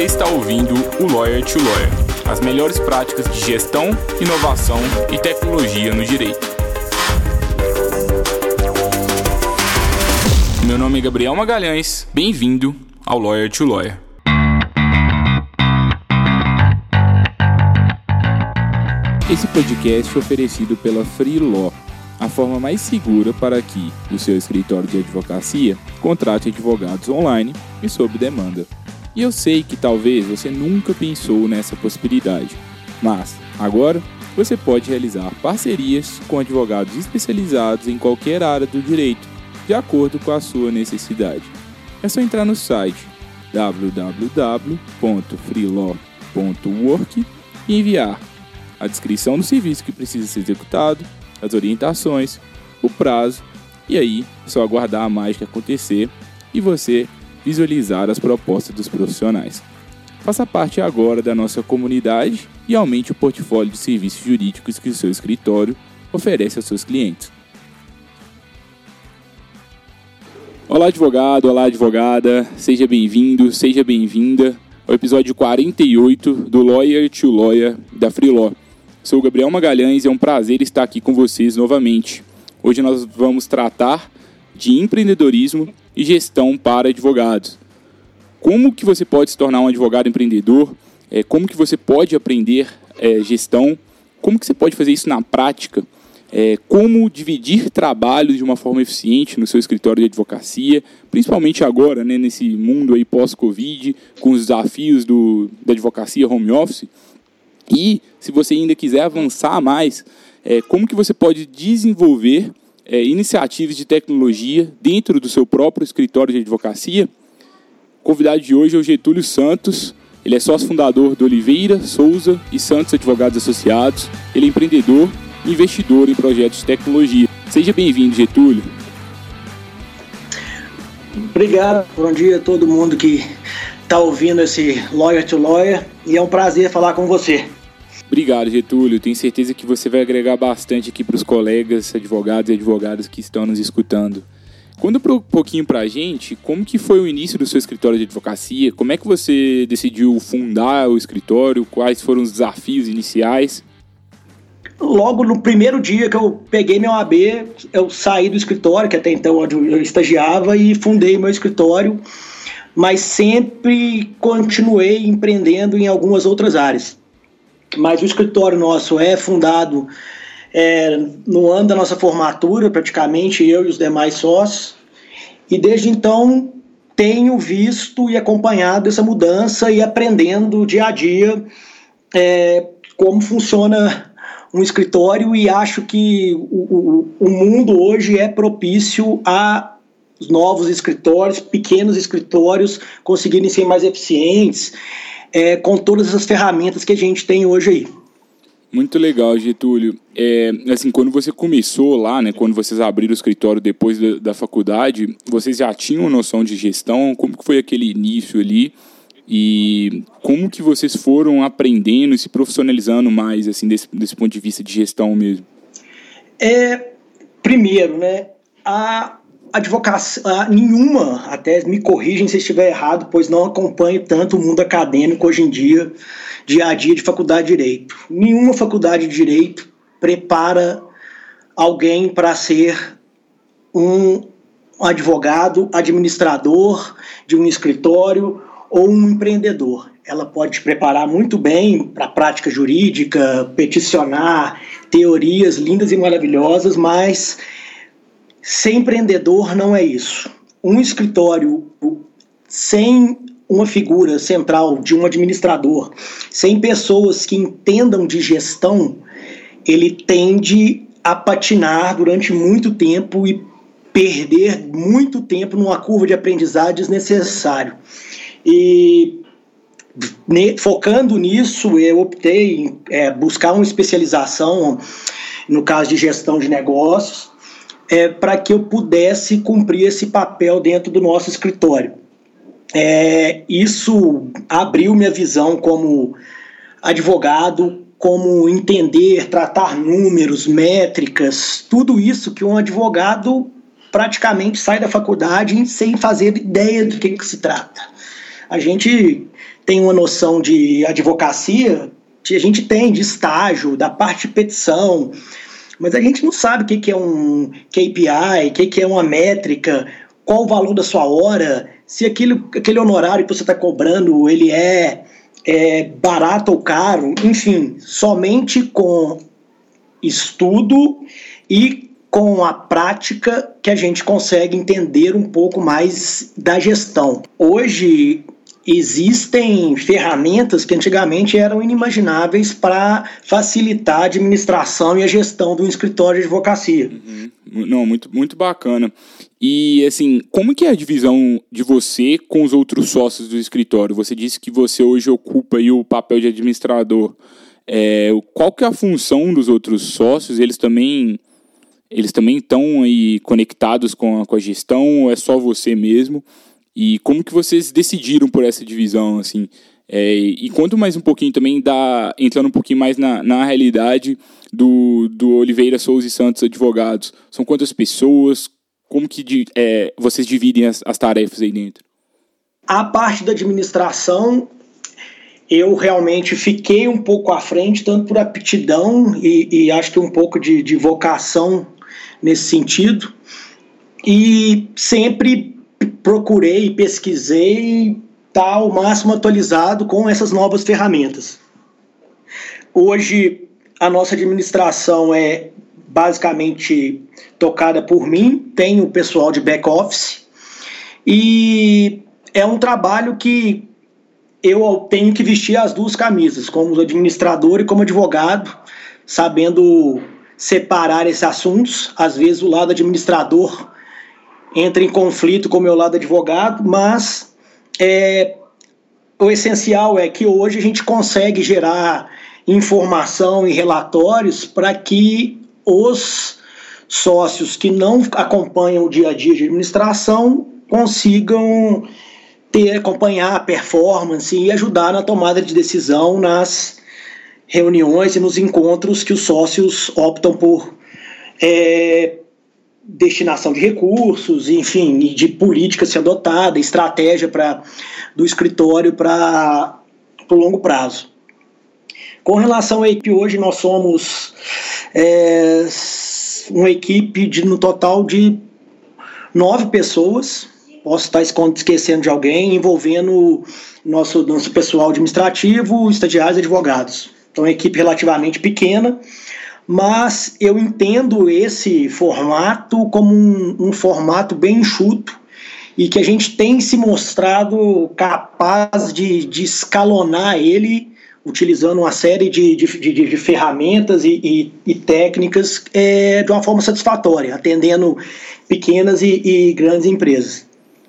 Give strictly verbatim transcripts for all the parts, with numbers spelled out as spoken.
Você está ouvindo o Lawyer to Lawyer, as melhores práticas de gestão, inovação e tecnologia no direito. Meu nome é Gabriel Magalhães, bem-vindo ao Lawyer to Lawyer. Esse podcast é oferecido pela FreeLaw, a forma mais segura para que o seu escritório de advocacia contrate advogados online e sob demanda. E eu sei que talvez você nunca pensou nessa possibilidade, mas agora você pode realizar parcerias com advogados especializados em qualquer área do direito, de acordo com a sua necessidade. É só entrar no site w w w ponto freelaw ponto work e enviar a descrição do serviço que precisa ser executado, as orientações, o prazo, e aí é só aguardar a mágica acontecer e você visualizar as propostas dos profissionais. Faça parte agora da nossa comunidade e aumente o portfólio de serviços jurídicos que o seu escritório oferece aos seus clientes. Olá, advogado, olá, advogada, seja bem-vindo, seja bem-vinda ao episódio quarenta e oito do Lawyer to Lawyer da FreeLaw. Sou o Gabriel Magalhães e é um prazer estar aqui com vocês novamente. Hoje nós vamos tratar de empreendedorismo e gestão para advogados. Como que você pode se tornar um advogado empreendedor? É, como que você pode aprender é, gestão? Como que você pode fazer isso na prática? É, como dividir trabalho de uma forma eficiente no seu escritório de advocacia, principalmente agora, né, nesse mundo aí pós-Covid, com os desafios do, da advocacia home office. E, se você ainda quiser avançar mais, é, como que você pode desenvolver é, iniciativas de tecnologia dentro do seu próprio escritório de advocacia? O convidado de hoje é o Getúlio Santos. Ele é sócio fundador do Oliveira, Souza e Santos Advogados Associados. Ele é empreendedor e investidor em projetos de tecnologia. Seja bem-vindo, Getúlio. Obrigado. Bom dia a todo mundo que está ouvindo esse Lawyer to Lawyer. E é um prazer falar com você. Obrigado, Getúlio. Tenho certeza que você vai agregar bastante aqui para os colegas, advogados e advogadas que estão nos escutando. Conta um pouquinho para a gente como que foi o início do seu escritório de advocacia, como é que você decidiu fundar o escritório, quais foram os desafios iniciais? Logo no primeiro dia que eu peguei meu A B, eu saí do escritório, que até então eu estagiava, e fundei meu escritório, mas sempre continuei empreendendo em algumas outras áreas. Mas o escritório nosso é fundado é, no ano da nossa formatura, praticamente, eu e os demais sócios, e desde então tenho visto e acompanhado essa mudança e aprendendo dia a dia é, como funciona um escritório, e acho que o, o, o mundo hoje é propício a os novos escritórios, pequenos escritórios, conseguirem ser mais eficientes, é, com todas essas ferramentas que a gente tem hoje aí. Muito legal, Getúlio. É, assim, quando você começou lá, né, quando vocês abriram o escritório depois da, da faculdade, vocês já tinham noção de gestão? Como que foi aquele início ali? E como que vocês foram aprendendo e se profissionalizando mais, assim, desse, desse ponto de vista de gestão mesmo? É, primeiro, né, a advocacia, nenhuma, até me corrigem se estiver errado, pois não acompanho tanto o mundo acadêmico hoje em dia, dia a dia de faculdade de Direito. Nenhuma faculdade de Direito prepara alguém para ser um advogado, administrador de um escritório ou um empreendedor. Ela pode te preparar muito bem para a prática jurídica, peticionar, teorias lindas e maravilhosas, mas ser empreendedor não é isso. Um escritório sem uma figura central de um administrador, sem pessoas que entendam de gestão, ele tende a patinar durante muito tempo e perder muito tempo numa curva de aprendizagem desnecessário. E ne, focando nisso, eu optei em é, buscar uma especialização, no caso de gestão de negócios, é, para que eu pudesse cumprir esse papel dentro do nosso escritório. É, isso abriu minha visão como advogado, como entender, tratar números, métricas, tudo isso que um advogado praticamente sai da faculdade sem fazer ideia do que, que se trata. A gente tem uma noção de advocacia, que a gente tem de estágio, da parte de petição, mas a gente não sabe o que é um K P I, o que é uma métrica, qual o valor da sua hora, se aquele, aquele honorário que você está cobrando ele é, é barato ou caro, enfim, somente com estudo e com a prática que a gente consegue entender um pouco mais da gestão. Hoje existem ferramentas que antigamente eram inimagináveis para facilitar a administração e a gestão de um escritório de advocacia. Uhum. Não, muito, muito bacana. E, assim, como que é a divisão de você com os outros sócios do escritório? Você disse que você hoje ocupa aí o papel de administrador. É, qual que é a função dos outros sócios? Eles também eles também estão aí conectados com a, com a gestão ou é só você mesmo? E como que vocês decidiram por essa divisão, assim? É, e conta mais um pouquinho também, da, entrando um pouquinho mais na, na realidade do, do Oliveira Souza e Santos Advogados. São quantas pessoas? Como que é, vocês dividem as, as tarefas aí dentro? A parte da administração, eu realmente fiquei um pouco à frente, tanto por aptidão e, e acho que um pouco de, de vocação nesse sentido. E sempre procurei, pesquisei estar o máximo atualizado com essas novas ferramentas. Hoje, a nossa administração é basicamente tocada por mim, tem o pessoal de back-office, e é um trabalho que eu tenho que vestir as duas camisas, como administrador e como advogado, sabendo separar esses assuntos. Às vezes o lado administrador entra em conflito com o meu lado advogado, mas é, o essencial é que hoje a gente consegue gerar informação e relatórios para que os sócios que não acompanham o dia a dia de administração consigam ter, acompanhar a performance e ajudar na tomada de decisão nas reuniões e nos encontros que os sócios optam por é, destinação de recursos, enfim, de política se adotada, estratégia pra, do escritório para o longo prazo. Com relação à equipe, hoje nós somos é, uma equipe de, no total de nove pessoas, posso estar esquecendo de alguém, envolvendo nosso, nosso pessoal administrativo, estagiários e advogados. Então é uma equipe relativamente pequena, mas eu entendo esse formato como um, um formato bem enxuto e que a gente tem se mostrado capaz de, de escalonar ele utilizando uma série de, de, de, de ferramentas e, e, e técnicas é, de uma forma satisfatória, atendendo pequenas e, e grandes empresas.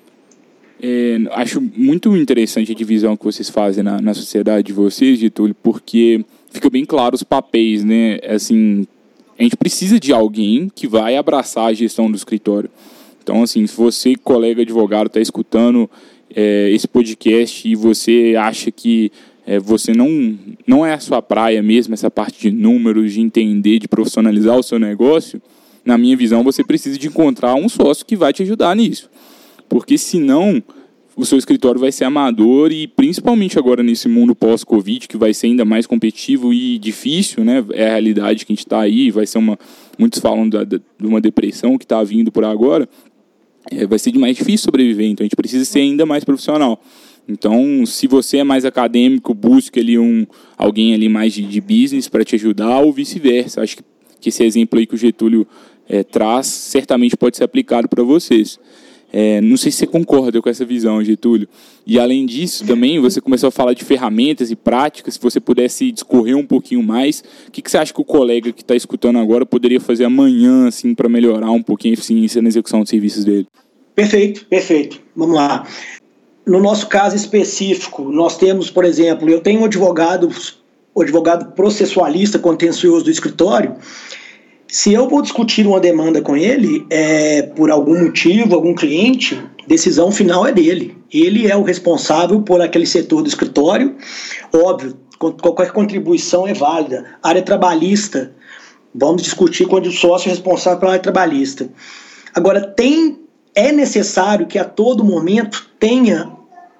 É, acho muito interessante a divisão que vocês fazem na, na sociedade de vocês, Getúlio, porque fica bem claro os papéis, né? Assim, a gente precisa de alguém que vai abraçar a gestão do escritório. Então, assim, se você, colega advogado, está escutando é, esse podcast e você acha que é, você não, não é a sua praia mesmo, essa parte de números, de entender, de profissionalizar o seu negócio, na minha visão, você precisa de encontrar um sócio que vai te ajudar nisso. Porque senão o seu escritório vai ser amador e principalmente agora nesse mundo pós-Covid, que vai ser ainda mais competitivo e difícil, né? É a realidade que a gente está aí, vai ser uma... Muitos falam da, da, de uma depressão que está vindo por agora, é, vai ser de mais difícil sobreviver, então a gente precisa ser ainda mais profissional. Então, se você é mais acadêmico, busque ali um, alguém ali mais de, de business para te ajudar ou vice-versa. Acho que, que esse exemplo aí que o Getúlio é, traz certamente pode ser aplicado para vocês. É, não sei se você concorda com essa visão, Getúlio. E além disso, também você começou a falar de ferramentas e práticas. Se você pudesse discorrer um pouquinho mais, o que, que você acha que o colega que está escutando agora poderia fazer amanhã assim, para melhorar um pouquinho a eficiência na execução dos serviços dele? Perfeito, perfeito. Vamos lá. No nosso caso específico, nós temos, por exemplo, eu tenho um advogado, um advogado processualista contencioso do escritório. Se eu vou discutir uma demanda com ele, é, por algum motivo, algum cliente, decisão final é dele. Ele é o responsável por aquele setor do escritório. Óbvio, qualquer contribuição é válida. Área trabalhista, vamos discutir com o sócio responsável pela área trabalhista. Agora, tem, é necessário que a todo momento tenha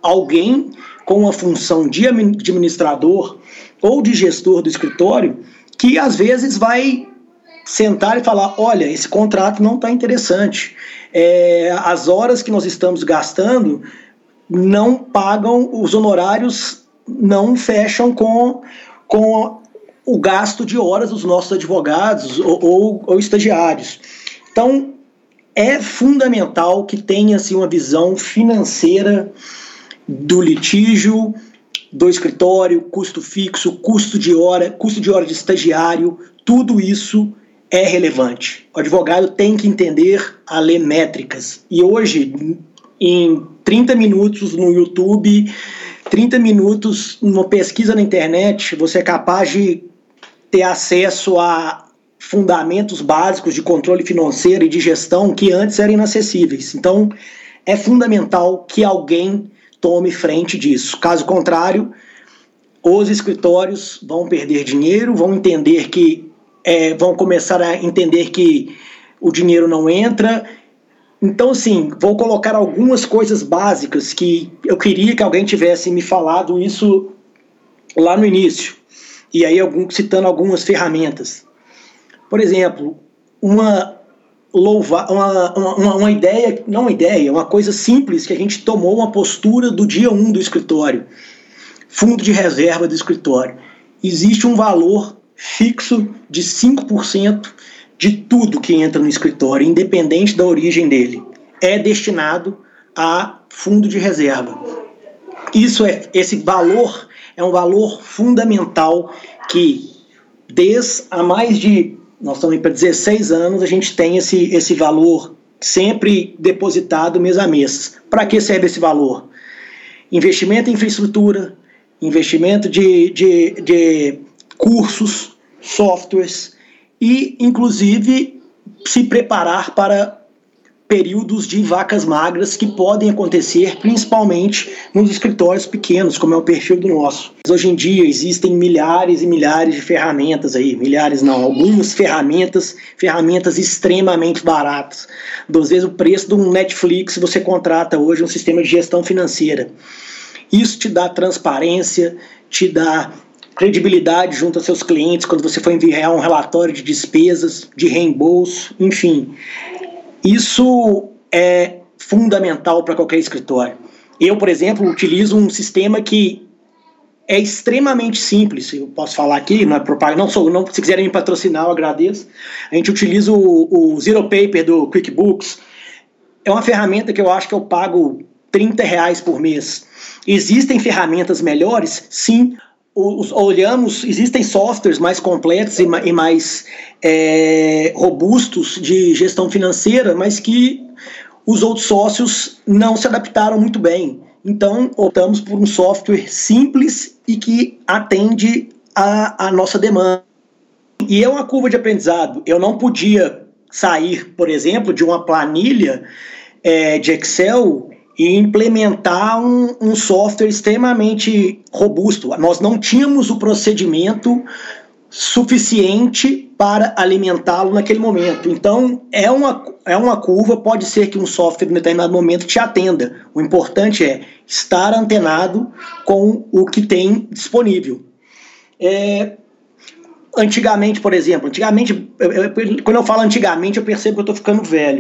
alguém com uma função de administrador ou de gestor do escritório que às vezes vai sentar e falar, olha, esse contrato não está interessante, é, as horas que nós estamos gastando não pagam, os honorários não fecham com, com o gasto de horas dos nossos advogados ou, ou, ou estagiários. Então, é fundamental que tenha assim, uma visão financeira do litígio, do escritório, custo fixo, custo de hora, custo de hora de estagiário, tudo isso é relevante. O advogado tem que entender a ler métricas. E hoje, em trinta minutos no YouTube, trinta minutos numa pesquisa na internet, você é capaz de ter acesso a fundamentos básicos de controle financeiro e de gestão que antes eram inacessíveis. Então, é fundamental que alguém tome frente disso. Caso contrário, os escritórios vão perder dinheiro, vão entender que É, vão começar a entender que o dinheiro não entra. Então, assim, vou colocar algumas coisas básicas que eu queria que alguém tivesse me falado isso lá no início. E aí, algum, citando algumas ferramentas. Por exemplo, uma, louva, uma, uma, uma ideia, não uma ideia, uma coisa simples que a gente tomou uma postura do dia um do escritório. Fundo de reserva do escritório. Existe um valor fixo de cinco por cento de tudo que entra no escritório, independente da origem dele, é destinado a fundo de reserva. Isso é, esse valor é um valor fundamental que, desde há mais de, nós estamos para dezesseis anos, a gente tem esse, esse valor sempre depositado mês a mês. Para que serve esse valor? Investimento em infraestrutura, investimento de, de, de cursos, softwares e, inclusive, se preparar para períodos de vacas magras que podem acontecer principalmente nos escritórios pequenos, como é o perfil do nosso. Hoje em dia existem milhares e milhares de ferramentas aí, milhares não, algumas ferramentas, ferramentas extremamente baratas. Às vezes o preço de um Netflix você contrata hoje um sistema de gestão financeira. Isso te dá transparência, te dá credibilidade junto aos seus clientes quando você for enviar um relatório de despesas, de reembolso, enfim. Isso é fundamental para qualquer escritório. Eu, por exemplo, utilizo um sistema que é extremamente simples, eu posso falar aqui, não é propaganda, não sou, não, se quiserem me patrocinar, eu agradeço. A gente utiliza o, o Zero Paper do QuickBooks. É uma ferramenta que eu acho que eu pago trinta reais por mês. Existem ferramentas melhores? Sim. Os, olhamos, existem softwares mais completos e, e mais é, robustos de gestão financeira, mas que os outros sócios não se adaptaram muito bem. Então, optamos por um software simples e que atende a, a nossa demanda. E é uma curva de aprendizado. Eu não podia sair, por exemplo, de uma planilha é, de Excel e implementar um, um software extremamente robusto. Nós não tínhamos o procedimento suficiente para alimentá-lo naquele momento. Então, é uma, é uma curva, pode ser que um software em determinado momento te atenda. O importante é estar antenado com o que tem disponível. É, antigamente, por exemplo, antigamente, eu, eu, quando eu falo antigamente, eu percebo que eu estou ficando velho.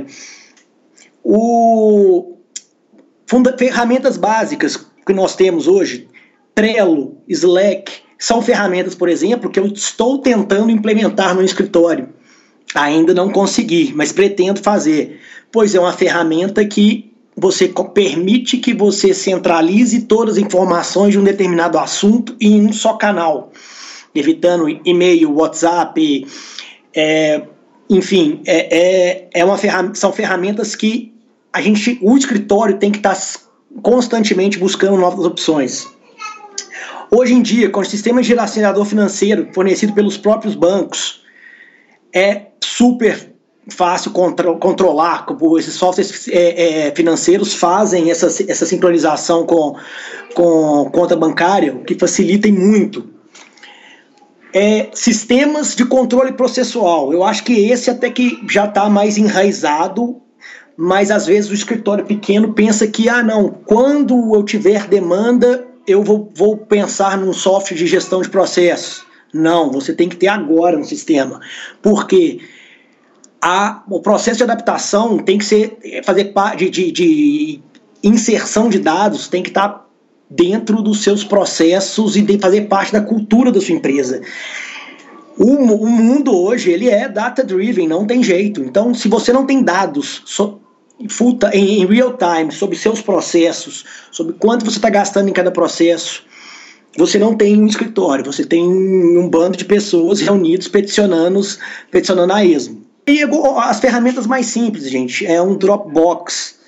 O... Funda- ferramentas básicas que nós temos hoje, Trello, Slack, são ferramentas, por exemplo, que eu estou tentando implementar no escritório. Ainda não consegui, mas pretendo fazer, pois é uma ferramenta que você permite que você centralize todas as informações de um determinado assunto em um só canal, evitando e-mail, WhatsApp, é, enfim, é, é, é uma ferram- são ferramentas que a gente, o escritório tem que estar constantemente buscando novas opções. Hoje em dia, com o sistema de gerenciador financeiro fornecido pelos próprios bancos, é super fácil contro- controlar, como esses softwares é, é, financeiros fazem essa, essa sincronização com, com conta bancária, o que facilita muito. É, sistemas de controle processual, eu acho que esse até que já está mais enraizado mas às vezes o escritório pequeno pensa que, ah não, quando eu tiver demanda, eu vou, vou pensar num software de gestão de processos. Não, você tem que ter agora no sistema. Por quê? A, o processo de adaptação tem que ser, fazer parte de, de, de inserção de dados, tem que estar dentro dos seus processos e de fazer parte da cultura da sua empresa. O, o mundo hoje ele é data-driven, não tem jeito. Então, se você não tem dados so, full, em, em real time sobre seus processos, sobre quanto você está gastando em cada processo, você não tem um escritório, você tem um bando de pessoas reunidos peticionando, peticionando a esmo. E as ferramentas mais simples, gente, é um Dropbox,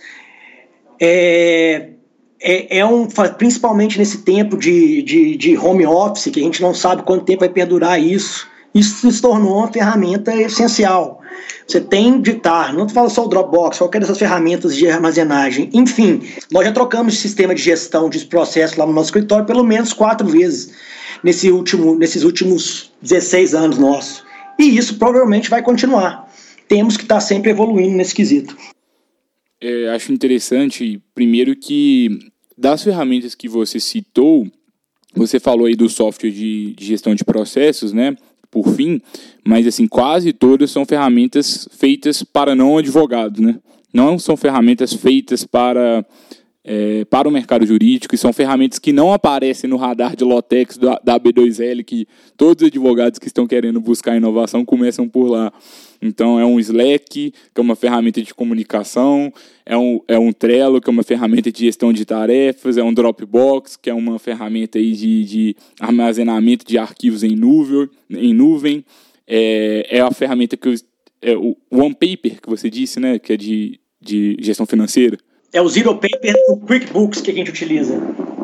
é, é, é um, principalmente nesse tempo de, de, de home office, que a gente não sabe quanto tempo vai perdurar isso, isso se tornou uma ferramenta essencial. Você tem de estar, não fala só o Dropbox, qualquer dessas ferramentas de armazenagem, enfim, nós já trocamos de sistema de gestão de processos lá no nosso escritório pelo menos quatro vezes nesse último, nesses últimos dezesseis anos nossos. E isso provavelmente vai continuar. Temos que estar sempre evoluindo nesse quesito. É, acho interessante, primeiro, que das ferramentas que você citou, você falou aí do software de, de gestão de processos, né, por fim, mas assim, quase todas são ferramentas feitas para não advogados, né? Não são ferramentas feitas para, é, para o mercado jurídico, e são ferramentas que não aparecem no radar de Lotex da, da B dois L, que todos os advogados que estão querendo buscar inovação começam por lá. Então é um Slack, que é uma ferramenta de comunicação, é um, é um Trello, que é uma ferramenta de gestão de tarefas, é um Dropbox, que é uma ferramenta aí de, de armazenamento de arquivos em nuvem, em nuvem. É, é a ferramenta que eu, é o OnePaper, que você disse, né, que é de, de gestão financeira. É o Zero Paper, o QuickBooks que a gente utiliza.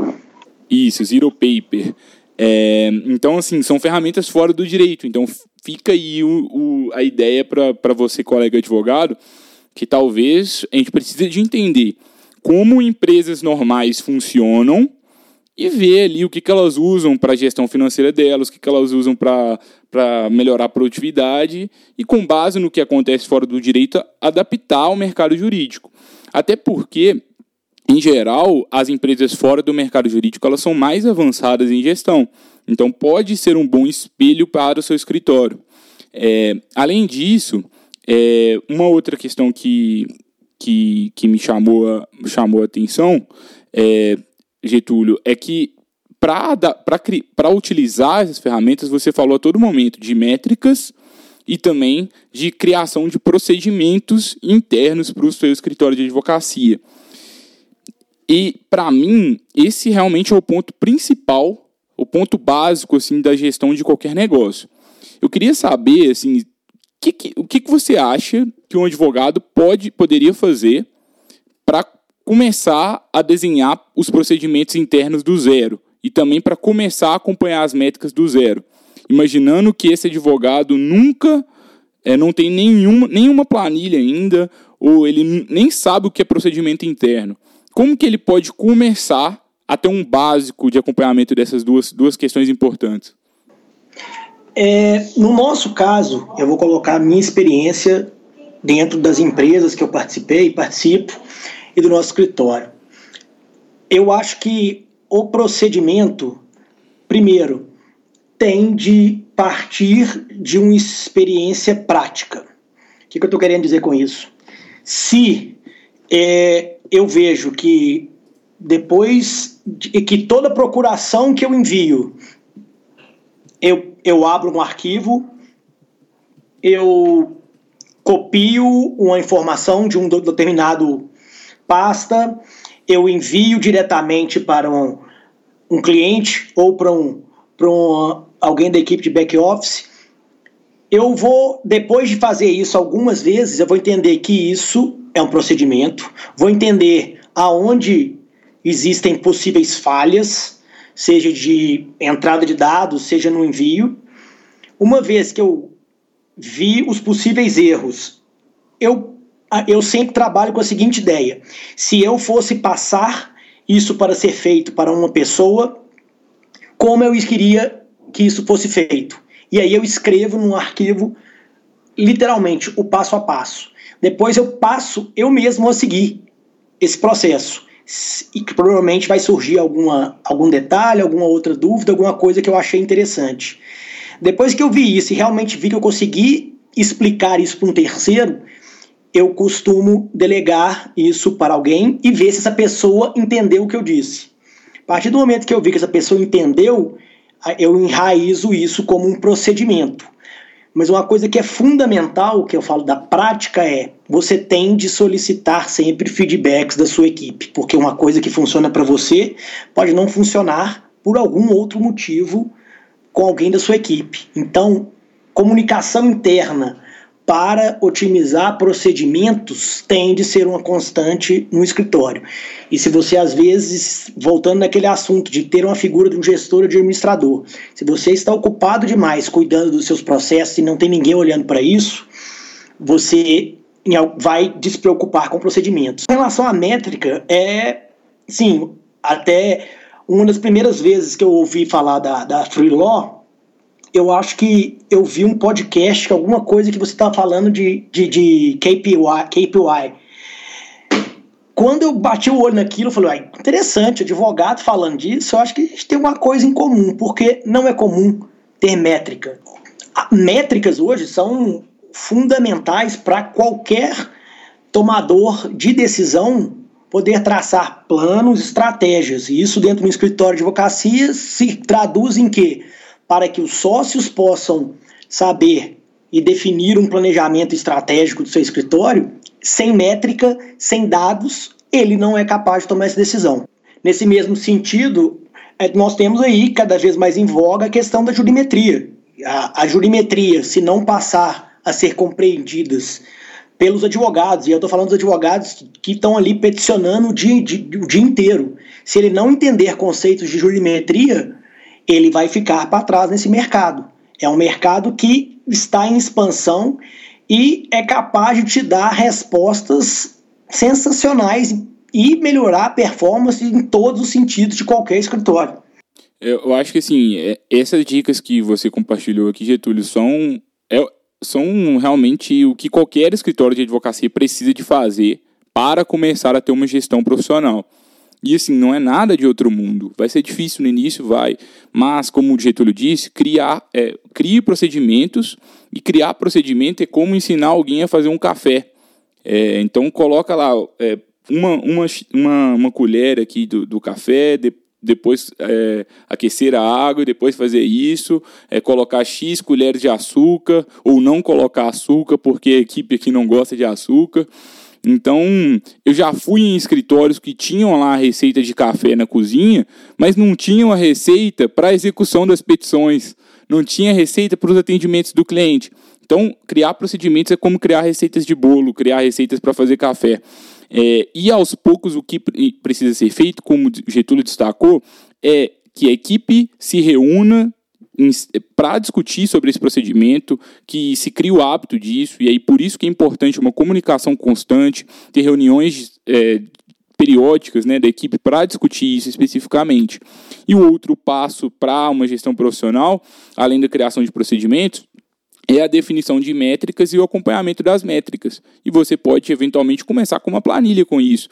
Isso, Zero Paper. É, então, assim, são ferramentas fora do direito. Então, fica aí o, o, a ideia para você, colega advogado, que talvez a gente precise de entender como empresas normais funcionam e ver ali o que, que elas usam para a gestão financeira delas, o que, que elas usam para melhorar a produtividade e, com base no que acontece fora do direito, adaptar ao mercado jurídico. Até porque, em geral, as empresas fora do mercado jurídico elas são mais avançadas em gestão. Então, pode ser um bom espelho para o seu escritório. É, além disso, é, uma outra questão que, que, que me chamou a, chamou a atenção, é, Getúlio, é que para utilizar essas ferramentas, você falou a todo momento de métricas e também de criação de procedimentos internos para o seu escritório de advocacia. E, para mim, esse realmente é o ponto principal, o ponto básico assim, da gestão de qualquer negócio. Eu queria saber, assim, que, que, o que, que você acha que um advogado pode, poderia fazer para começar a desenhar os procedimentos internos do zero e também para começar a acompanhar as métricas do zero. Imaginando que esse advogado nunca, é, não tem nenhuma, nenhuma planilha ainda, ou ele nem sabe o que é procedimento interno. Como que ele pode começar a ter um básico de acompanhamento dessas duas, duas questões importantes? É, no nosso caso, eu vou colocar a minha experiência dentro das empresas que eu participei, participo, e do nosso escritório. Eu acho que o procedimento, primeiro, tem de partir de uma experiência prática. O que, que eu estou querendo dizer com isso? Se é, eu vejo que depois de que toda procuração que eu envio, eu, eu abro um arquivo, eu copio uma informação de um determinado pasta, eu envio diretamente para um, um cliente ou para um, para um, alguém da equipe de back office. Eu vou, depois de fazer isso algumas vezes, eu vou entender que isso é um procedimento, vou entender aonde existem possíveis falhas, seja de entrada de dados, seja no envio. Uma vez que eu vi os possíveis erros, eu eu sempre trabalho com a seguinte ideia: se eu fosse passar isso para ser feito para uma pessoa, como eu queria que isso fosse feito? E aí eu escrevo num arquivo literalmente o passo a passo. Depois eu passo eu mesmo a seguir esse processo. E que provavelmente vai surgir alguma, algum detalhe, alguma outra dúvida, alguma coisa que eu achei interessante. Depois que eu vi isso e realmente vi que eu consegui explicar isso para um terceiro, eu costumo delegar isso para alguém e ver se essa pessoa entendeu o que eu disse. A partir do momento que eu vi que essa pessoa entendeu, eu enraizo isso como um procedimento. Mas uma coisa que é fundamental, que eu falo da prática, é você tem de solicitar sempre feedbacks da sua equipe, porque uma coisa que funciona para você pode não funcionar por algum outro motivo com alguém da sua equipe. Então, comunicação interna para otimizar procedimentos tem de ser uma constante no escritório. E se você, às vezes, voltando naquele assunto de ter uma figura de um gestor ou de administrador, se você está ocupado demais cuidando dos seus processos e não tem ninguém olhando para isso, você vai despreocupar com procedimentos. Em relação à métrica, é, sim, até uma das primeiras vezes que eu ouvi falar da, da Free Law, eu acho que eu vi um podcast, alguma coisa que você estava falando de, de, de K P I, K P I. Quando eu bati o olho naquilo, eu falei, ah, interessante, advogado falando disso, eu acho que a gente tem uma coisa em comum, porque não é comum ter métrica. Métricas hoje são fundamentais para qualquer tomador de decisão poder traçar planos, estratégias. E isso dentro do escritório de advocacia se traduz em quê? Para que os sócios possam saber e definir um planejamento estratégico do seu escritório, sem métrica, sem dados, ele não é capaz de tomar essa decisão. Nesse mesmo sentido, nós temos aí, cada vez mais em voga, a questão da jurimetria. A, a jurimetria, se não passar a ser compreendidas pelos advogados, e eu estou falando dos advogados que estão ali peticionando o dia, o dia inteiro, se ele não entender conceitos de jurimetria, ele vai ficar para trás nesse mercado. É um mercado que está em expansão e é capaz de te dar respostas sensacionais e melhorar a performance em todos os sentidos de qualquer escritório. Eu acho que assim, essas dicas que você compartilhou aqui, Getúlio, são, é, são realmente o que qualquer escritório de advocacia precisa de fazer para começar a ter uma gestão profissional. E assim, não é nada de outro mundo. Vai ser difícil no início, vai. Mas, como o Getúlio disse, criar, é, crie procedimentos. E criar procedimento é como ensinar alguém a fazer um café. É, então, coloca lá é, uma, uma, uma, uma colher aqui do, do café, de, depois é, aquecer a água, e depois fazer isso, é, colocar X colheres de açúcar, ou não colocar açúcar, porque a equipe aqui não gosta de açúcar. Então, eu já fui em escritórios que tinham lá a receita de café na cozinha, mas não tinham a receita para a execução das petições, não tinha receita para os atendimentos do cliente. Então, criar procedimentos é como criar receitas de bolo, criar receitas para fazer café. É, e, aos poucos, o que precisa ser feito, como o Getúlio destacou, é que a equipe se reúna para discutir sobre esse procedimento, que se crie o hábito disso, e aí por isso que é importante uma comunicação constante, ter reuniões é, periódicas, né, da equipe para discutir isso especificamente. E o outro passo para uma gestão profissional, além da criação de procedimentos, é a definição de métricas e o acompanhamento das métricas. E você pode, eventualmente, começar com uma planilha com isso.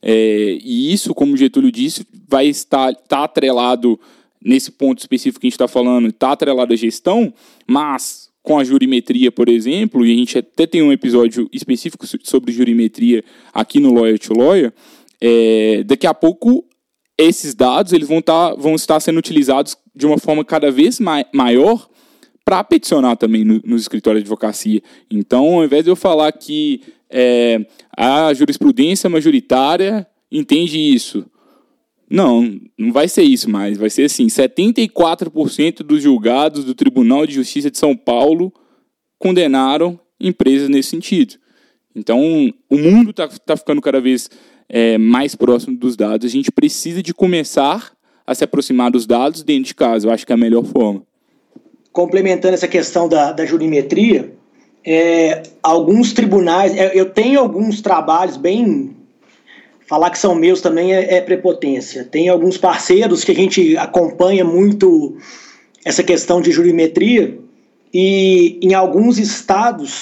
É, e isso, como o Getúlio disse, vai estar tá atrelado nesse ponto específico que a gente está falando, está atrelado à gestão, mas com a jurimetria, por exemplo, e a gente até tem um episódio específico sobre jurimetria aqui no Lawyer to Lawyer, é, daqui a pouco esses dados eles vão, tá, vão estar sendo utilizados de uma forma cada vez mai- maior para peticionar também no, nos escritórios de advocacia. Então, ao invés de eu falar que é, a jurisprudência majoritária entende isso, Não, não vai ser isso mais. Vai ser assim, setenta e quatro por cento dos julgados do Tribunal de Justiça de São Paulo condenaram empresas nesse sentido. Então, o mundo está tá ficando cada vez é, mais próximo dos dados. A gente precisa de começar a se aproximar dos dados dentro de casa. Eu acho que é a melhor forma. Complementando essa questão da, da jurimetria, é, alguns tribunais... Eu tenho alguns trabalhos bem... Falar que são meus também é, é prepotência. Tem alguns parceiros que a gente acompanha muito essa questão de jurimetria e em alguns estados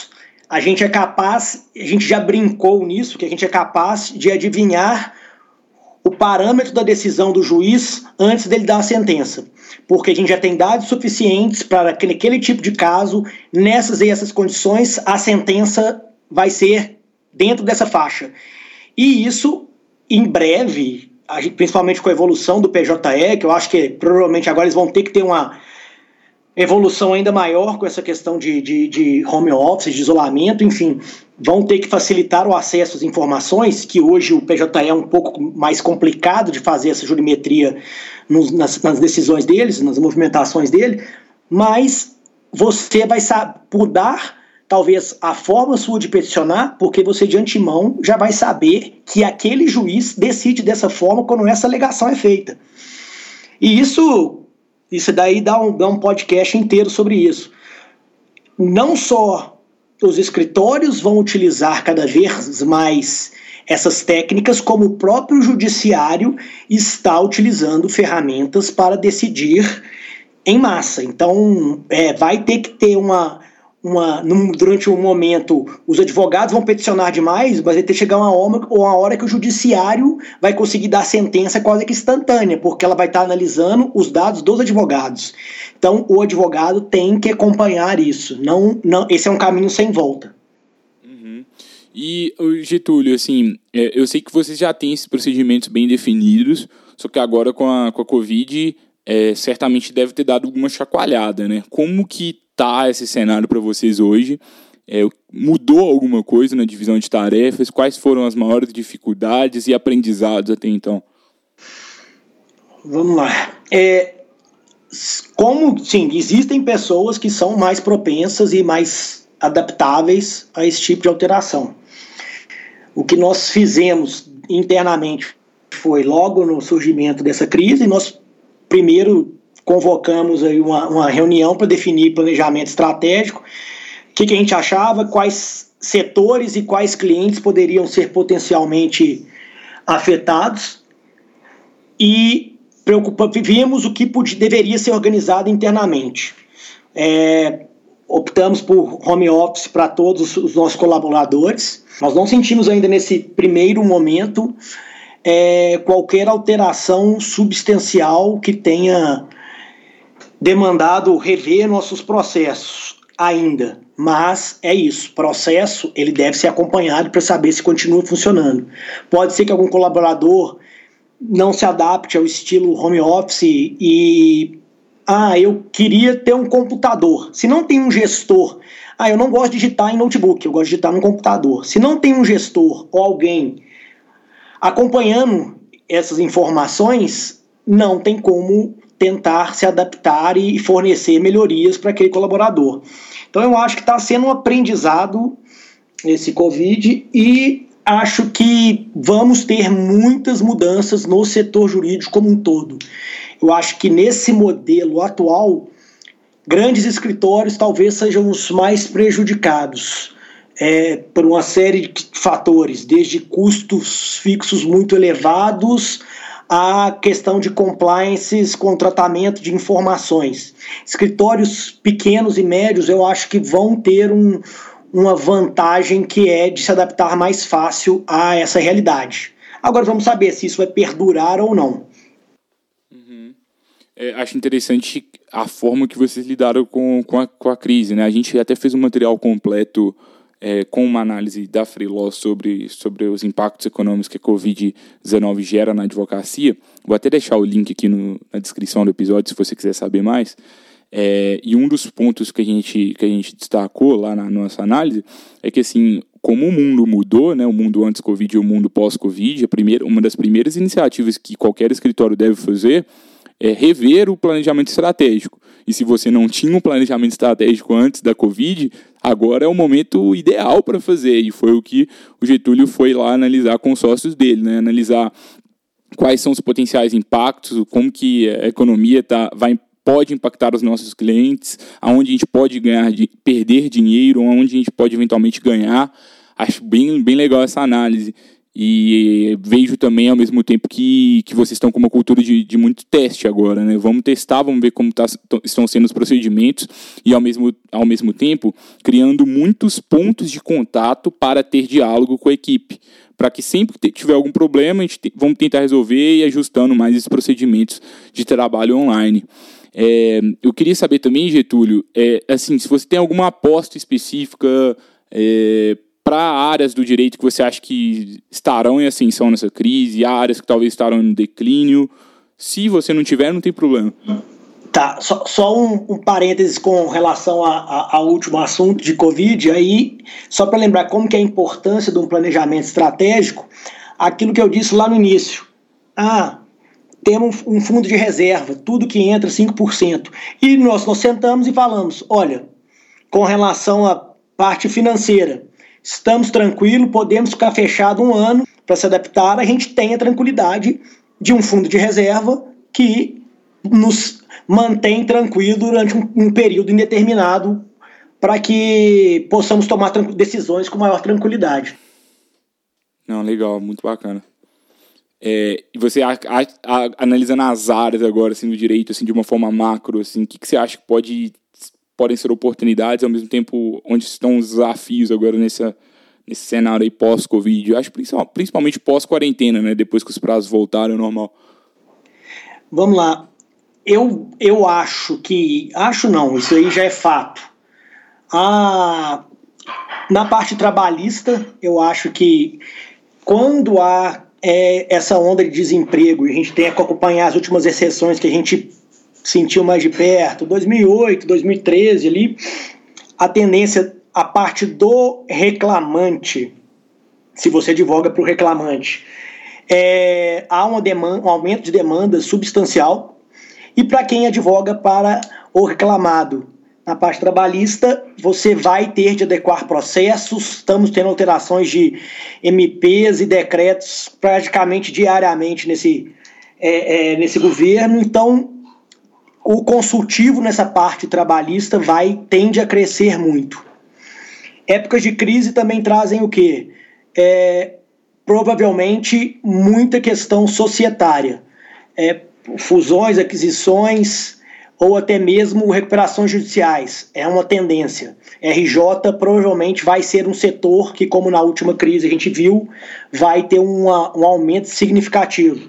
a gente é capaz, a gente já brincou nisso, que a gente é capaz de adivinhar o parâmetro da decisão do juiz antes dele dar a sentença. Porque a gente já tem dados suficientes para aquele, aquele tipo de caso, nessas e essas condições, a sentença vai ser dentro dessa faixa. E isso, em breve, a gente, principalmente com a evolução do P J E, que eu acho que provavelmente agora eles vão ter que ter uma evolução ainda maior com essa questão de, de, de home office, de isolamento, enfim, vão ter que facilitar o acesso às informações, que hoje o P J E é um pouco mais complicado de fazer essa jurimetria nos, nas, nas decisões deles, nas movimentações dele, mas você vai mudar talvez a forma sua de peticionar, porque você de antemão já vai saber que aquele juiz decide dessa forma quando essa alegação é feita. E isso... Isso daí dá um, dá um podcast inteiro sobre isso. Não só os escritórios vão utilizar cada vez mais essas técnicas, como o próprio judiciário está utilizando ferramentas para decidir em massa. Então, é, vai ter que ter uma... Uma, num, durante um momento, os advogados vão peticionar demais, mas vai ter que chegar uma hora, uma hora que o judiciário vai conseguir dar sentença quase que instantânea, porque ela vai estar analisando os dados dos advogados. Então, o advogado tem que acompanhar isso. Não, não, esse é um caminho sem volta. Uhum. E, Getúlio, assim, é, eu sei que vocês já têm esses procedimentos bem definidos, só que agora com a, com a Covid, é, certamente deve ter dado alguma chacoalhada, né? Como que tá esse cenário para vocês hoje? É, mudou alguma coisa na divisão de tarefas? Quais foram as maiores dificuldades e aprendizados até então? Vamos lá. É, como, sim, existem pessoas que são mais propensas e mais adaptáveis a esse tipo de alteração. O que nós fizemos internamente foi, logo no surgimento dessa crise, nós primeiro convocamos aí uma, uma reunião para definir planejamento estratégico, o que, que a gente achava, quais setores e quais clientes poderiam ser potencialmente afetados, e preocupa, vimos o que podia, deveria ser organizado internamente. É, optamos por home office para todos os nossos colaboradores. Nós não sentimos ainda nesse primeiro momento é, qualquer alteração substancial que tenha demandado rever nossos processos ainda, mas é isso, processo ele deve ser acompanhado para saber se continua funcionando. Pode ser que algum colaborador não se adapte ao estilo home office e ah, eu queria ter um computador. Se não tem um gestor, ah, eu não gosto de digitar em notebook, eu gosto de digitar no computador. Se não tem um gestor ou alguém acompanhando essas informações, não tem como tentar se adaptar e fornecer melhorias para aquele colaborador. Então eu acho que está sendo um aprendizado esse Covid e acho que vamos ter muitas mudanças no setor jurídico como um todo. Eu acho que nesse modelo atual, grandes escritórios talvez sejam os mais prejudicados é, por uma série de fatores, desde custos fixos muito elevados a questão de compliances com tratamento de informações. Escritórios pequenos e médios eu acho que vão ter um, uma vantagem que é de se adaptar mais fácil a essa realidade. Agora vamos saber se isso vai perdurar ou não. Uhum. É, acho interessante a forma que vocês lidaram com, com, a, com a crise, né? A gente até fez um material completo É, com uma análise da Freeló sobre, sobre os impactos econômicos que a covid dezenove gera na advocacia. Vou até deixar o link aqui no, na descrição do episódio, se você quiser saber mais. É, e um dos pontos que a gente, que a gente destacou lá na nossa análise é que, assim, como o mundo mudou, né, o mundo antes Covid e o mundo pós-Covid, a primeira, uma das primeiras iniciativas que qualquer escritório deve fazer é rever o planejamento estratégico. E se você não tinha um planejamento estratégico antes da Covid, agora é o momento ideal para fazer. E foi o que o Getúlio foi lá analisar com os sócios dele, né? Analisar quais são os potenciais impactos, como que a economia tá, vai, pode impactar os nossos clientes, aonde a gente pode ganhar, perder dinheiro, aonde a gente pode eventualmente ganhar. Acho bem, bem legal essa análise. E vejo também ao mesmo tempo que, que vocês estão com uma cultura de, de muito teste agora, né? Vamos testar, vamos ver como tá, estão sendo os procedimentos e ao mesmo, ao mesmo tempo criando muitos pontos de contato para ter diálogo com a equipe, para que sempre que tiver algum problema, a gente te, vamos tentar resolver e ajustando mais esses procedimentos de trabalho online. É, eu queria saber também, Getúlio, é, assim, se você tem alguma aposta específica é, para áreas do direito que você acha que estarão em ascensão nessa crise, áreas que talvez estarão em declínio. Se você não tiver, não tem problema. Tá, só, só um, um parênteses com relação a, a, ao último assunto de Covid, aí, só para lembrar como que é a importância de um planejamento estratégico, aquilo que eu disse lá no início. Ah, temos um fundo de reserva, tudo que entra cinco por cento. E nós, nós sentamos e falamos, olha, com relação à parte financeira, estamos tranquilos, podemos ficar fechado um ano para se adaptar, a gente tem a tranquilidade de um fundo de reserva que nos mantém tranquilo durante um, um período indeterminado para que possamos tomar decisões com maior tranquilidade. Não, legal, muito bacana. É, e você, a, a, a, analisando as áreas agora assim, do direito assim, de uma forma macro, assim, o que, que você acha que pode... podem ser oportunidades, ao mesmo tempo onde estão os desafios agora nessa, nesse cenário aí pós-Covid? Eu acho principalmente pós-quarentena, né? Depois que os prazos voltaram ao normal. Vamos lá. Eu, eu acho que... Acho não, isso aí já é fato. Ah, na parte trabalhista, eu acho que quando há é, essa onda de desemprego, e a gente tem que acompanhar as últimas recessões que a gente sentiu mais de perto, dois mil e oito, dois mil e treze ali, a tendência, a parte do reclamante, se você advoga para o reclamante, é, há uma demanda, um aumento de demanda substancial, e para quem advoga para o reclamado, na parte trabalhista, você vai ter de adequar processos, estamos tendo alterações de M Ps e decretos praticamente diariamente nesse, é, é, nesse governo, então o consultivo nessa parte trabalhista vai, tende a crescer muito. Épocas de crise também trazem o quê? É, provavelmente muita questão societária. É, fusões, aquisições ou até mesmo recuperações judiciais. É uma tendência. R J provavelmente vai ser um setor que, como na última crise a gente viu, vai ter uma, um aumento significativo.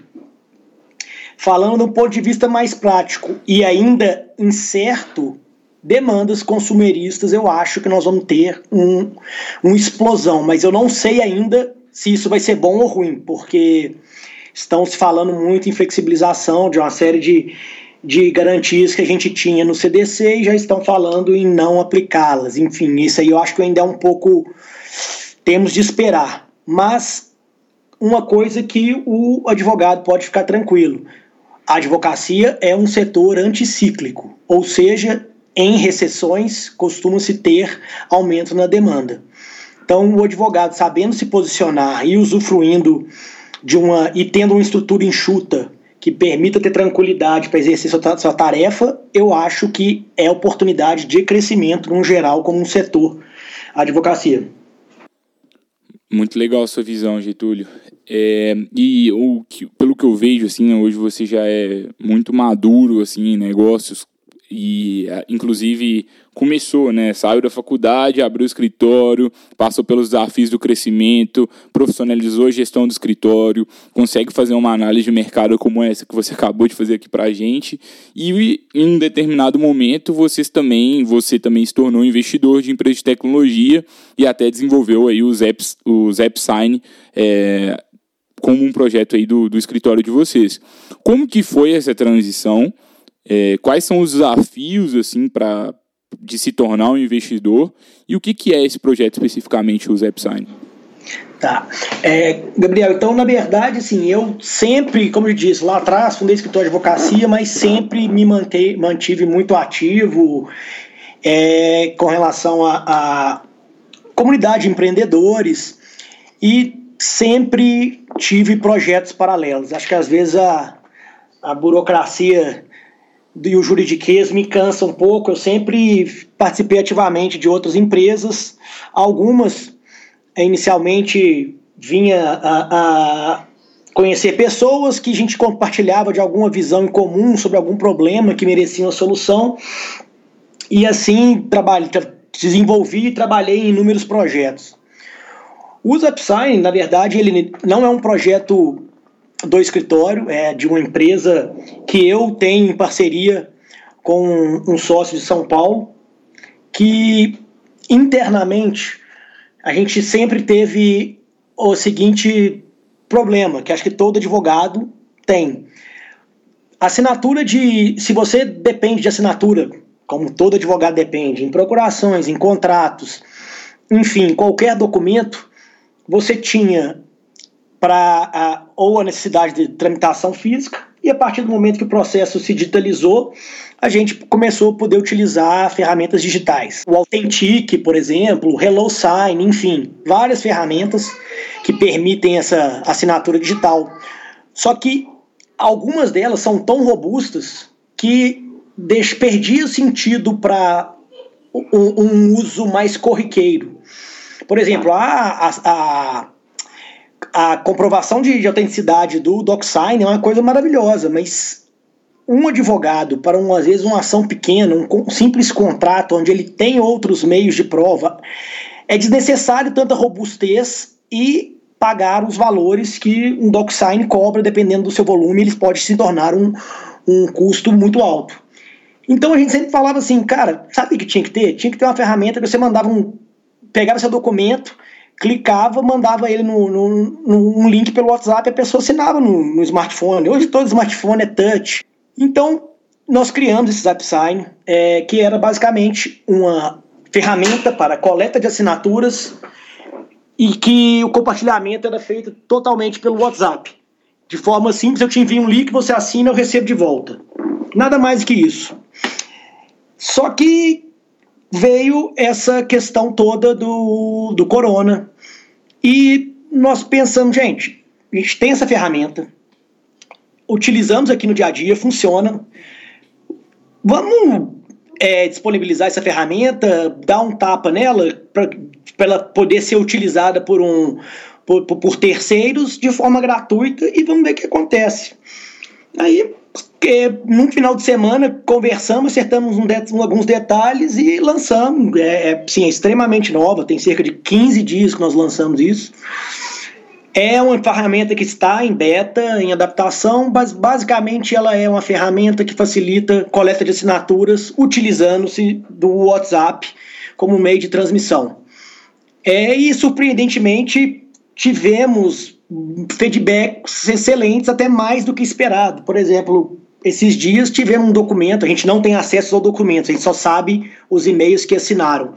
Falando do ponto de vista mais prático e ainda incerto, demandas consumeristas, eu acho que nós vamos ter um, uma explosão, mas eu não sei ainda se isso vai ser bom ou ruim, porque estão se falando muito em flexibilização de uma série de, de garantias que a gente tinha no C D C e já estão falando em não aplicá-las. Enfim, isso aí eu acho que ainda é um pouco... temos de esperar. Mas uma coisa que o advogado pode ficar tranquilo: a advocacia é um setor anticíclico, ou seja, em recessões costuma-se ter aumento na demanda. Então, o advogado, sabendo se posicionar e usufruindo de uma, e tendo uma estrutura enxuta que permita ter tranquilidade para exercer sua, sua tarefa, eu acho que é oportunidade de crescimento, no geral, como um setor, a advocacia. Muito legal a sua visão, Getúlio. É, e o que, pelo que eu vejo, assim, hoje você já é muito maduro assim, em negócios e, inclusive, começou, né? Saiu da faculdade, abriu o escritório, passou pelos desafios do crescimento, profissionalizou a gestão do escritório, consegue fazer uma análise de mercado como essa que você acabou de fazer aqui pra gente, e em um determinado momento vocês também, você também se tornou investidor de empresa de tecnologia e até desenvolveu aí os apps, os AppSign, é, como um projeto aí do, do escritório de vocês. Como que foi essa transição? É, quais são os desafios assim, pra, de se tornar um investidor e o que, que é esse projeto especificamente, o AppSign? Tá. É, Gabriel, então, na verdade, assim, eu sempre, como eu disse, lá atrás fundei escritório de advocacia, mas sempre me mantei, mantive muito ativo é, com relação à a, a comunidade de empreendedores e sempre tive projetos paralelos. Acho que às vezes a, a burocracia e o juridiquês me cansa um pouco. Eu sempre participei ativamente de outras empresas, algumas inicialmente vinha a, a conhecer pessoas que a gente compartilhava de alguma visão em comum sobre algum problema que merecia uma solução, e assim trabalhei, desenvolvi e trabalhei em inúmeros projetos. O ZapSign, na verdade, ele não é um projeto do escritório, é de uma empresa que eu tenho em parceria com um sócio de São Paulo, que internamente a gente sempre teve o seguinte problema, que acho que todo advogado tem. Assinatura de... Se você depende de assinatura, como todo advogado depende, em procurações, em contratos, enfim, qualquer documento, você tinha para a, ou a necessidade de tramitação física, e a partir do momento que o processo se digitalizou, a gente começou a poder utilizar ferramentas digitais. O Authentic, por exemplo, o HelloSign, enfim, várias ferramentas que permitem essa assinatura digital. Só que algumas delas são tão robustas que perdia sentido para um, um uso mais corriqueiro. Por exemplo, a, a, a comprovação de, de autenticidade do DocSign é uma coisa maravilhosa, mas um advogado, para um, às vezes uma ação pequena, um, um simples contrato onde ele tem outros meios de prova, é desnecessário tanta robustez e pagar os valores que um DocSign cobra, dependendo do seu volume, ele pode se tornar um, um custo muito alto. Então a gente sempre falava assim, cara, sabe o que tinha que ter? Tinha que ter uma ferramenta que você mandava um, pegava seu documento, clicava, mandava ele no, no, no link pelo WhatsApp, a pessoa assinava no, no smartphone. Hoje todo smartphone é touch. Então nós criamos esse ZapSign, é, que era basicamente uma ferramenta para coleta de assinaturas e que o compartilhamento era feito totalmente pelo WhatsApp. De forma simples, eu te envio um link, você assina, eu recebo de volta. Nada mais do que isso. Só que veio essa questão toda do, do corona e nós pensamos, gente, a gente tem essa ferramenta, utilizamos aqui no dia a dia, funciona, vamos é, disponibilizar essa ferramenta, dar um tapa nela para ela poder ser utilizada por, um, por, por terceiros de forma gratuita e vamos ver o que acontece. Aí, num final de semana, conversamos, acertamos um de, alguns detalhes e lançamos. É, é, sim, é extremamente nova, tem cerca de quinze dias que nós lançamos isso. É uma ferramenta que está em beta, em adaptação, mas basicamente ela é uma ferramenta que facilita a coleta de assinaturas utilizando-se do WhatsApp como meio de transmissão. É, e, surpreendentemente, tivemos feedbacks excelentes, até mais do que esperado. Por exemplo, esses dias tivemos um documento, a gente não tem acesso ao documento, a gente só sabe os e-mails que assinaram.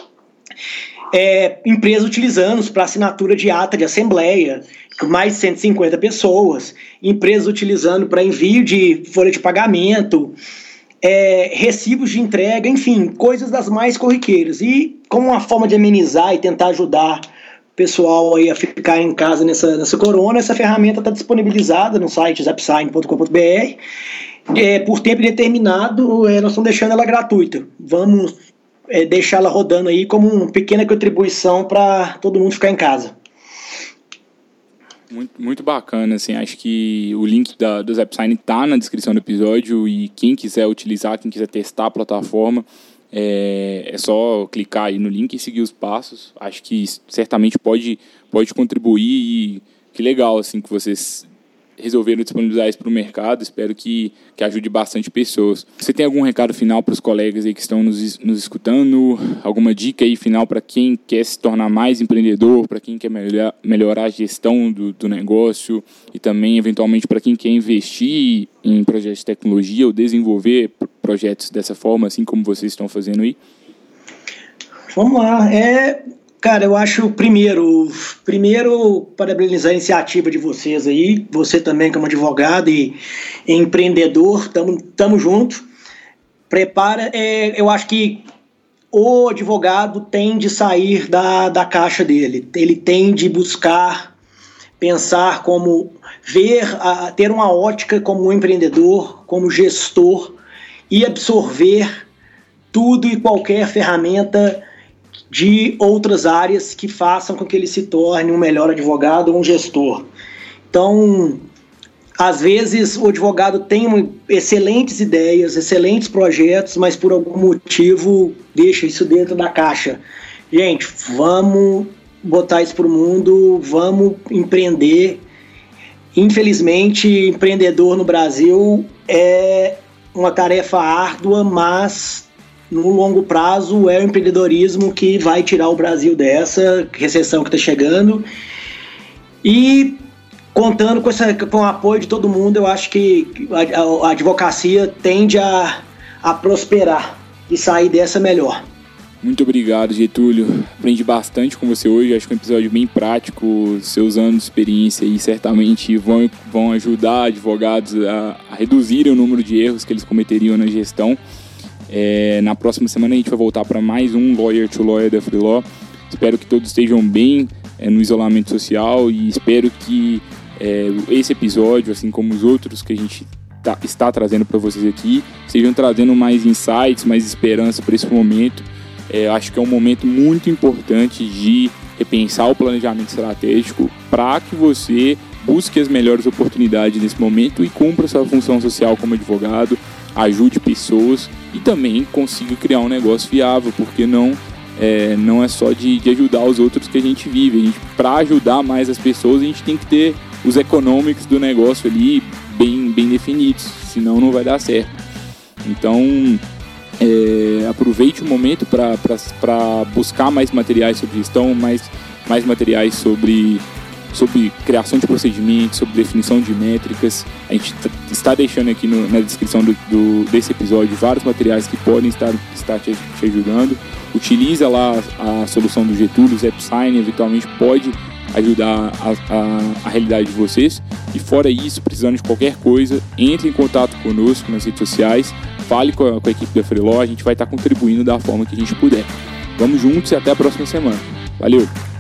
É, empresa utilizando para assinatura de ata de assembleia, com mais de cento e cinquenta pessoas, empresas utilizando para envio de folha de pagamento, é, recibos de entrega, enfim, coisas das mais corriqueiras. E como uma forma de amenizar e tentar ajudar o pessoal aí a ficar em casa nessa, nessa corona, essa ferramenta está disponibilizada no site zapsign ponto com ponto b r. É, por tempo indeterminado, é, nós estamos deixando ela gratuita. Vamos é, deixar ela rodando aí como uma pequena contribuição para todo mundo ficar em casa. Muito, muito bacana, assim, acho que o link da, do ZapSign está na descrição do episódio e quem quiser utilizar, quem quiser testar a plataforma, é, é só clicar aí no link e seguir os passos. Acho que certamente pode, pode contribuir e que legal, assim, que vocês resolveram disponibilizar isso para o mercado. Espero que, que ajude bastante pessoas. Você tem algum recado final para os colegas aí que estão nos, nos escutando? Alguma dica aí final para quem quer se tornar mais empreendedor, para quem quer melhorar, melhorar a gestão do, do negócio e também, eventualmente, para quem quer investir em projetos de tecnologia ou desenvolver projetos dessa forma, assim como vocês estão fazendo aí? Vamos lá. É... Cara, eu acho, primeiro, primeiro, parabenizar a iniciativa de vocês aí, você também como advogado e, e empreendedor, tamo, tamo junto. Prepara, é, eu acho que o advogado tem de sair da, da caixa dele, ele tem de buscar, pensar como, ver, a, ter uma ótica como empreendedor, como gestor e absorver tudo e qualquer ferramenta de outras áreas que façam com que ele se torne um melhor advogado ou um gestor. Então, às vezes o advogado tem excelentes ideias, excelentes projetos, mas por algum motivo deixa isso dentro da caixa. Gente, vamos botar isso para o mundo, vamos empreender. Infelizmente, empreendedor no Brasil é uma tarefa árdua, mas no longo prazo é o empreendedorismo que vai tirar o Brasil dessa recessão que está chegando. E contando com, essa, com o apoio de todo mundo, eu acho que a, a advocacia tende a, a prosperar e sair dessa melhor. Muito obrigado, Getúlio. Aprendi bastante com você hoje. Acho que é um episódio bem prático. Seus anos de experiência aí certamente vão, vão ajudar advogados a, a reduzirem o número de erros que eles cometeriam na gestão. É, na próxima semana a gente vai voltar para mais um Lawyer to Lawyer da Freeló. Espero que todos estejam bem é, no isolamento social e espero que é, esse episódio, assim como os outros que a gente tá, está trazendo para vocês aqui, estejam trazendo mais insights, mais esperança para esse momento. É, acho que é um momento muito importante de repensar o planejamento estratégico para que você busque as melhores oportunidades nesse momento e cumpra sua função social como advogado, ajude pessoas e também consiga criar um negócio viável, porque não é, não é só de, de ajudar os outros que a gente vive. Para ajudar mais as pessoas, a gente tem que ter os economics do negócio ali bem, bem definidos, senão não vai dar certo. Então, É, aproveite o momento para buscar mais materiais sobre gestão, mais, mais materiais sobre, sobre criação de procedimentos, sobre definição de métricas. A gente t- está deixando aqui no, na descrição do, do, desse episódio vários materiais que podem estar, estar te, te ajudando. Utiliza lá a, a solução do Getúlio, o ZapSign, eventualmente pode ajudar a, a, a realidade de vocês. E fora isso, precisando de qualquer coisa, entre em contato conosco nas redes sociais, fale com a, com a equipe da Freeló, a gente vai estar contribuindo da forma que a gente puder. Vamos juntos e até a próxima semana. Valeu!